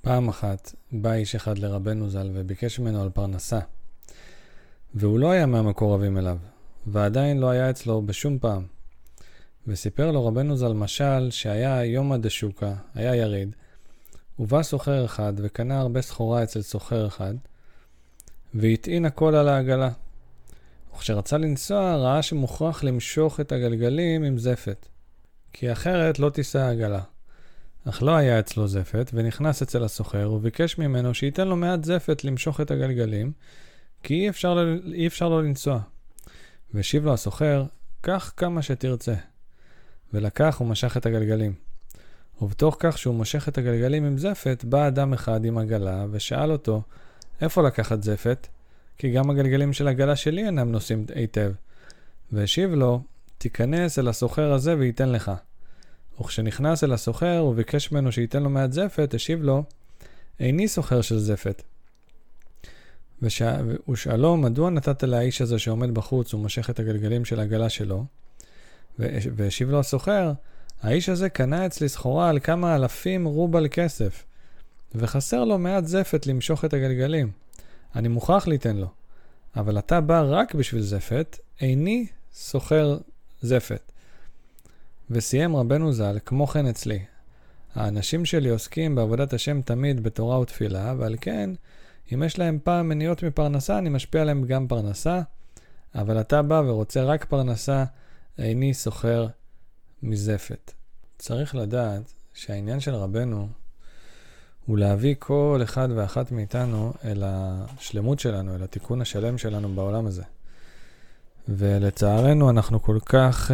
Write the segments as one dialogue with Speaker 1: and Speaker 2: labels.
Speaker 1: פעם אחת בא איש אחד לרבנו ז"ל וביקש ממנו על פרנסה. והוא לא היה מהמקורבים אליו, ועדיין לא היה אצלו בשום פעם. וסיפר לו רבנו ז"ל משל שהיה יומא דשוקא, היה יריד, ובא סוחר אחד וקנה הרבה סחורה אצל סוחר אחד, והטעין הכל על העגלה. וכשרצה לנסוע ראה שמוכרח למשוך את הגלגלים עם זפת, כי אחרת לא תיסע העגלה. אך לא היה אצלו זפת, ונכנס אצל הסוחר וביקש ממנו שייתן לו מעט זפת למשוך את הגלגלים, כי אי אפשר לו לנסוע. והשיב לו הסוחר, קח כמה שתרצה. ולקח ומשך את הגלגלים. ובתוך כך שהוא מושך את הגלגלים עם זפת, בא אדם אחד עם עגלה ושאל אותו, איפה לקחת זפת? כי גם הגלגלים של הגלה שלי אינם נוסעים היטב. והשיב לו, תיכנס אל הסוחר הזה וייתן לך. וכשנכנס אל הסוחר וביקש ממנו שייתן לו מעט זפת, השיב לו, איני סוחר של זפת. הוא שאלו, מדוע נתת לאיש הזה שעומד בחוץ ומושך את הגלגלים של הגלה שלו? והשיב לו הסוחר, האיש הזה קנה אצלי סחורה על כמה אלפים רובל כסף, וחסר לו מעט זפת למשוך את הגלגלים. אני מוכרח ליתן לו. אבל אתה בא רק בשביל זפת, איני סוחר זפת. וסיים רבנו ז"ל, כמו כן אצלי. האנשים שלי עוסקים בעבודת השם תמיד בתורה ותפילה, ועל כן, אם יש להם פעם מניעות מפרנסה, אני משפיע עליהם גם פרנסה, אבל אתה בא ורוצה רק פרנסה, איני סוחר מזפת. צריך לדעת שהעניין של רבנו הוא להביא כל אחד ואחת מאיתנו אל השלמות שלנו, אל התיקון השלם שלנו בעולם הזה. ולצערנו אנחנו כל כך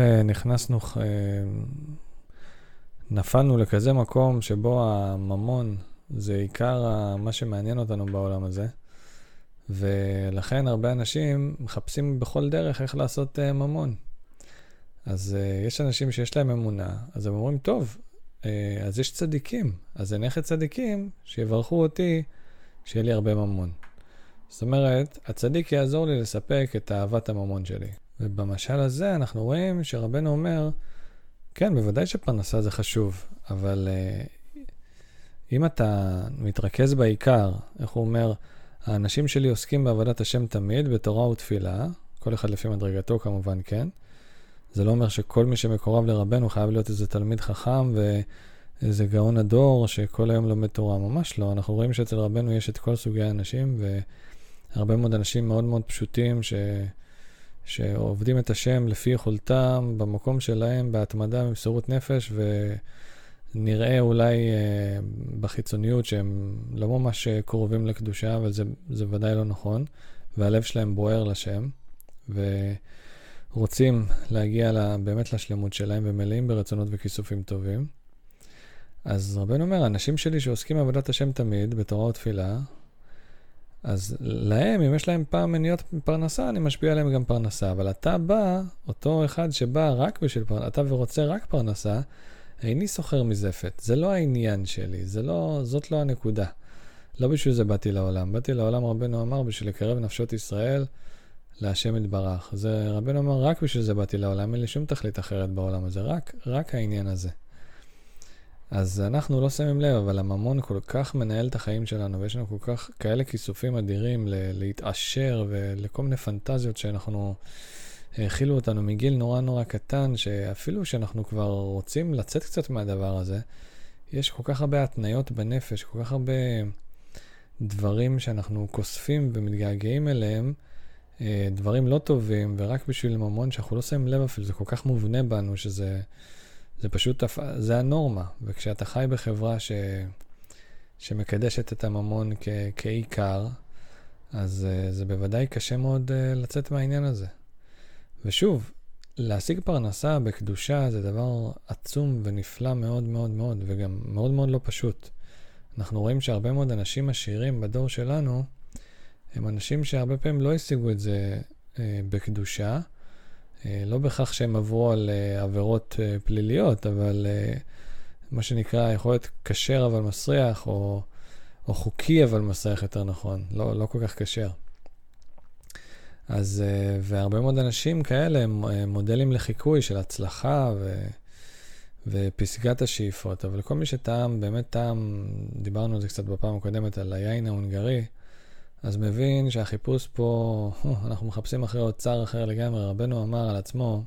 Speaker 1: נפלנו לכזה מקום שבו הממון זה עיקר מה שמעניין אותנו בעולם הזה. ולכן הרבה אנשים מחפשים בכל דרך איך לעשות ממון. אז יש אנשים שיש להם אמונה, אז הם אומרים, טוב, אז יש צדיקים, אז אני איך צדיקים שיברכו אותי שיהיה לי הרבה ממון. זאת אומרת, הצדיק יעזור לי לספק את אהבת הממון שלי. ובמשל הזה אנחנו רואים שרבנו אומר, כן, בוודאי שפרנסה זה חשוב, אבל אם אתה מתרכז בעיקר, איך הוא אומר, האנשים שלי עוסקים בעבודת השם תמיד, בתורה ותפילה, כל אחד לפי מדרגתו כמובן, כן. זה לא אומר שכל מי שמקורב לרבנו חייב להיות איזה תלמיד חכם ואיזה גאון הדור שכל היום לומד תורה. ממש לא. אנחנו רואים שאצל רבנו יש את כל סוגי האנשים, והרבה מאוד אנשים מאוד מאוד פשוטים שעובדים את השם לפי יכולתם, במקום שלהם, בהתמדה, במסירות נפש, ונראה אולי בחיצוניות שהם לא ממש קרובים לקדושה, אבל זה ודאי לא נכון, והלב שלהם בוער לשם, רוצים להגיע באמת לשלמות שלהם ומלאים ברצונות וכיסופים טובים. אז רבנו אומר, האנשים שלי שעוסקים בעבודת השם תמיד, בתורה ותפילה, אז להם, אם יש להם פעם מניעות פרנסה, אני משפיע עליהם גם פרנסה. אבל אתה בא, אותו אחד שבא רק בשביל פרנסה, אתה ורוצה רק פרנסה, איני סוחר מזפת. זה לא העניין שלי, זאת לא הנקודה. לא בשביל זה באתי לעולם. באתי לעולם, רבנו אמר, בשביל לקרב נפשות ישראל, להשם יתברך. זה רבנו אומר, רק בשביל זה באתי לעולם, אין לי שום תכלית אחרת בעולם הזה, רק העניין הזה. אז אנחנו לא שמים לב, אבל הממון כל כך מנהל את החיים שלנו, ויש לנו כל כך כאלה כיסופים אדירים להתעשר ולכל מיני פנטזיות שאנחנו הכילו אותנו מגיל נורא נורא קטן, שאפילו שאנחנו כבר רוצים לצאת קצת מהדבר הזה, יש כל כך הרבה התניות בנפש, כל כך הרבה דברים שאנחנו כוספים ומתגעגעים אליהם, דברים לא טובים, ורק בשביל ממון שאנחנו לא שמים לב אפילו, זה כל כך מובנה בנו זה פשוט, זה הנורמה. וכשאתה חי בחברה שמקדשת את הממון כעיקר, אז זה בוודאי קשה מאוד לצאת מהעניין הזה. ושוב, להשיג פרנסה בקדושה זה דבר עצום ונפלא מאוד מאוד מאוד, וגם מאוד מאוד לא פשוט. אנחנו רואים שהרבה מאוד אנשים עשירים בדור שלנו, הם אנשים שהרבה פעמים לא השיגו את זה בקדושה, לא בכך שהם עברו על עבירות פליליות, אבל מה שנקרא יכול להיות כשר אבל מסריח, או חוקי אבל מסריח יותר נכון, לא כל כך כשר. אז, והרבה מאוד אנשים כאלה הם מודלים לחיקוי של הצלחה ופסגת השאיפות, אבל כל מי שטעם, באמת טעם, דיברנו על זה קצת בפעם הקודמת, על היין ההונגרי, אז מבין שהחיפוש פה, אנחנו מחפשים אחרי אוצר אחר לגמרי. רבנו אמר על עצמו,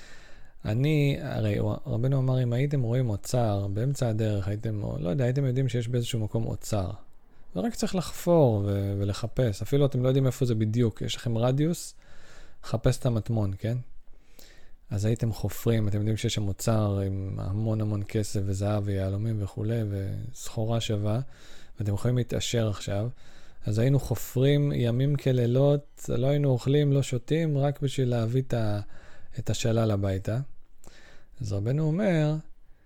Speaker 1: הרי רבנו אמר, אם הייתם רואים אוצר באמצע הדרך, הייתם יודעים שיש באיזשהו מקום אוצר. ורק צריך לחפור ולחפש. אפילו אתם לא יודעים איפה זה בדיוק. יש לכם רדיוס, חפש את המטמון, כן? אז הייתם חופרים, אתם יודעים שיש שם אוצר עם המון כסף וזהב ויהלומים וכו', וסחורה שווה, ואתם יכולים להתעשר עכשיו. אז היינו חופרים ימים כלילות, לא היינו אוכלים, לא שותים, רק בשביל להביא את השלל הביתה. אז רבנו אומר,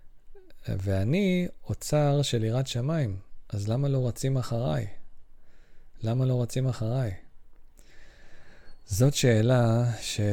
Speaker 1: ואני אוצר של יראת שמיים, אז למה לא רצים אחריי? למה לא רצים אחריי? זאת שאלה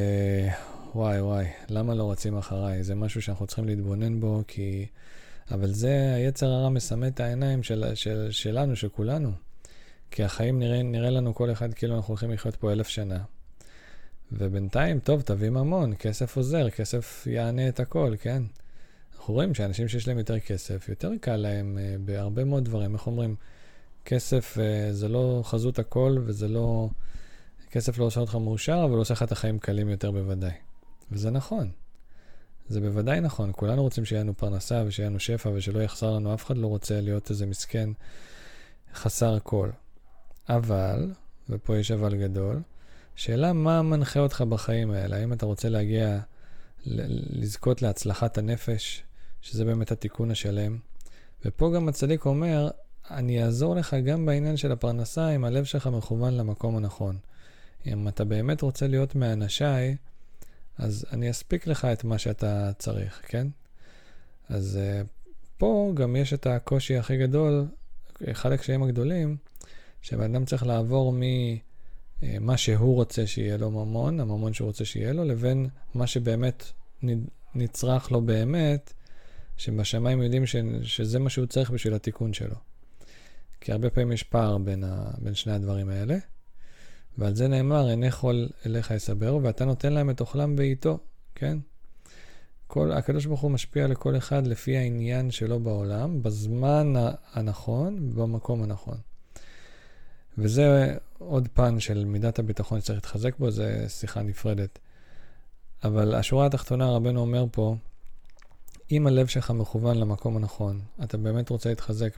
Speaker 1: וואי, למה לא רצים אחריי? זה משהו שאנחנו צריכים להתבונן בו, אבל זה היצר הרע מסמא את העיניים שלנו, של כולנו. כי החיים נראה לנו כל אחד כאילו אנחנו הולכים לחיות פה 1000 שנה. ובינתיים, טוב, תביא ממון, כסף עוזר, כסף יענה את הכל, כן? אנחנו רואים שאנשים שיש להם יותר כסף, יותר קל להם בהרבה מאוד דברים. איך אומרים? כסף זה לא חזות הכל, וזה לא... כסף לא עושה אותך מאושר, אבל עושה לך את החיים קלים יותר בוודאי. וזה נכון. זה בוודאי נכון. כולנו רוצים שיהיה לנו פרנסה ושיהיה לנו שפע ושלא יחסר לנו. אף אחד לא רוצה להיות איזה מסכן חסר הכל. אבל, ופה יש אבל גדול, שאלה מה מנחה אותך בחיים האלה? האם אתה רוצה להגיע, לזכות להצלחת הנפש, שזה באמת התיקון השלם? ופה גם הצדיק אומר, אני אעזור לך גם בעניין של הפרנסה, אם הלב שלך מכוון למקום הנכון. אם אתה באמת רוצה להיות מאנשיי, אז אני אספיק לך את מה שאתה צריך, כן? אז פה גם יש את הקושי הכי גדול, אחד הקשיים הגדולים, שהאדם צריך לעבור ממה שהוא רוצה שיהיה לו ממון, הממון שהוא רוצה שיהיה לו, לבין מה שבאמת נצרך לו באמת, שבשמיים יודעים שזה מה שהוא צריך בשביל התיקון שלו. כי הרבה פעמים יש פער בין שני הדברים האלה, ועל זה נאמר, איני יכול אליך יסברו, ואתה נותן להם את אוכלם בעיתו, כן? הקדוש ברוך הוא משפיע לכל אחד לפי העניין שלו בעולם, בזמן הנכון, במקום הנכון. וזה עוד פן של מידת הביטחון שצריך להתחזק בו, זה שיחה נפרדת. אבל השורה התחתונה, רבנו אומר פה, אם הלב שלך מכוון למקום הנכון, אתה באמת רוצה להתחזק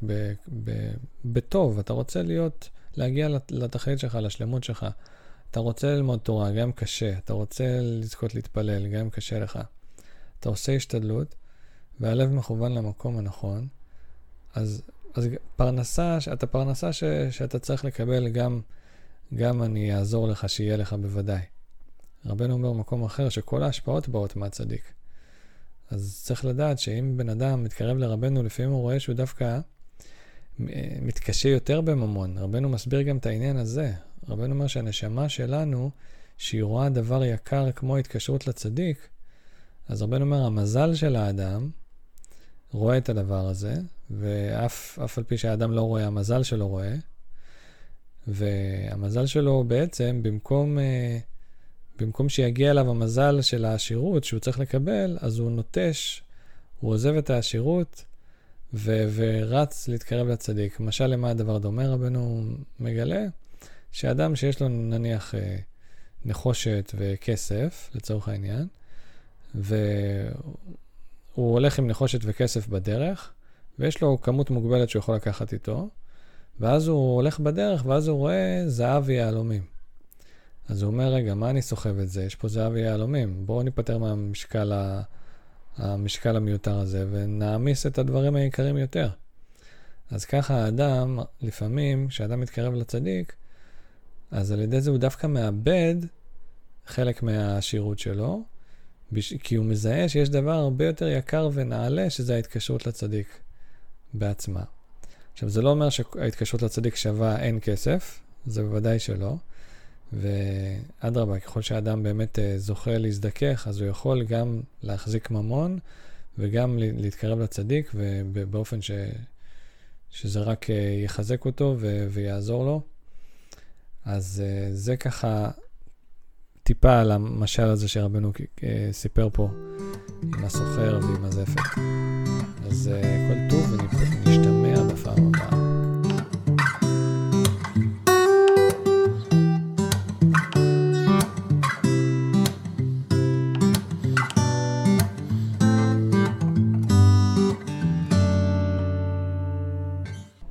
Speaker 1: בטוב, אתה רוצה להגיע לתכלית שלך, לשלמות שלך, אתה רוצה ללמוד תורה, גם קשה, אתה רוצה לזכות להתפלל, גם קשה לך. אתה עושה השתדלות, והלב מכוון למקום הנכון, אז פרנסה שאתה צריך לקבל, גם אני אעזור לך שיהיה לך בוודאי. רבנו אומר במקום אחר שכל ההשפעות באות מהצדיק. אז צריך לדעת שאם בן אדם מתקרב לרבנו, לפעמים הוא רואה שהוא דווקא מתקשה יותר בממון. רבנו מסביר גם את העניין הזה. רבנו אומר שהנשמה שלנו, שהיא רואה דבר יקר כמו התקשרות לצדיק, אז רבנו אומר, המזל של האדם רואה את הדבר הזה, ואף על פי שהאדם לא רואה, המזל שלו רואה, והמזל שלו בעצם, במקום שיגיע אליו המזל של העשירות שהוא צריך לקבל, אז הוא נוטש, הוא עוזב את העשירות, ורץ להתקרב לצדיק. משל למה הדבר דומה, רבנו מגלה, שאדם שיש לו נניח נחושת וכסף, לצורך העניין, והוא הולך עם נחושת וכסף בדרך, ויש לו כמות מוגבלת שהוא יכול לקחת איתו, ואז הוא הולך בדרך, ואז הוא רואה זהב ויהלומים. אז הוא אומר, רגע, מה אני סוחב את זה? יש פה זהב ויהלומים. בואו ניפטר מהמשקל המיותר הזה, ונעמיס את הדברים היקרים יותר. אז ככה האדם, לפעמים, כשאדם מתקרב לצדיק, אז על ידי זה הוא דווקא מאבד חלק מהעשירות שלו, כי הוא מזהה שיש דבר הרבה יותר יקר ונעלה, שזה ההתקשרות לצדיק בעצמה. עכשיו, זה לא אומר שההתקשרות לצדיק שווה אין כסף, זה בוודאי שלא, ואדרבה, ככל שהאדם באמת זוכה להזדכך, אז הוא יכול גם להחזיק ממון, וגם להתקרב לצדיק, ובאופן שזה רק יחזק אותו ויעזור לו. אז זה ככה טיפה על המשל הזה שרבנו סיפר פה עם הסוחר ועם הזפת. אז כל טוב ונשתמע בפעם הבאה.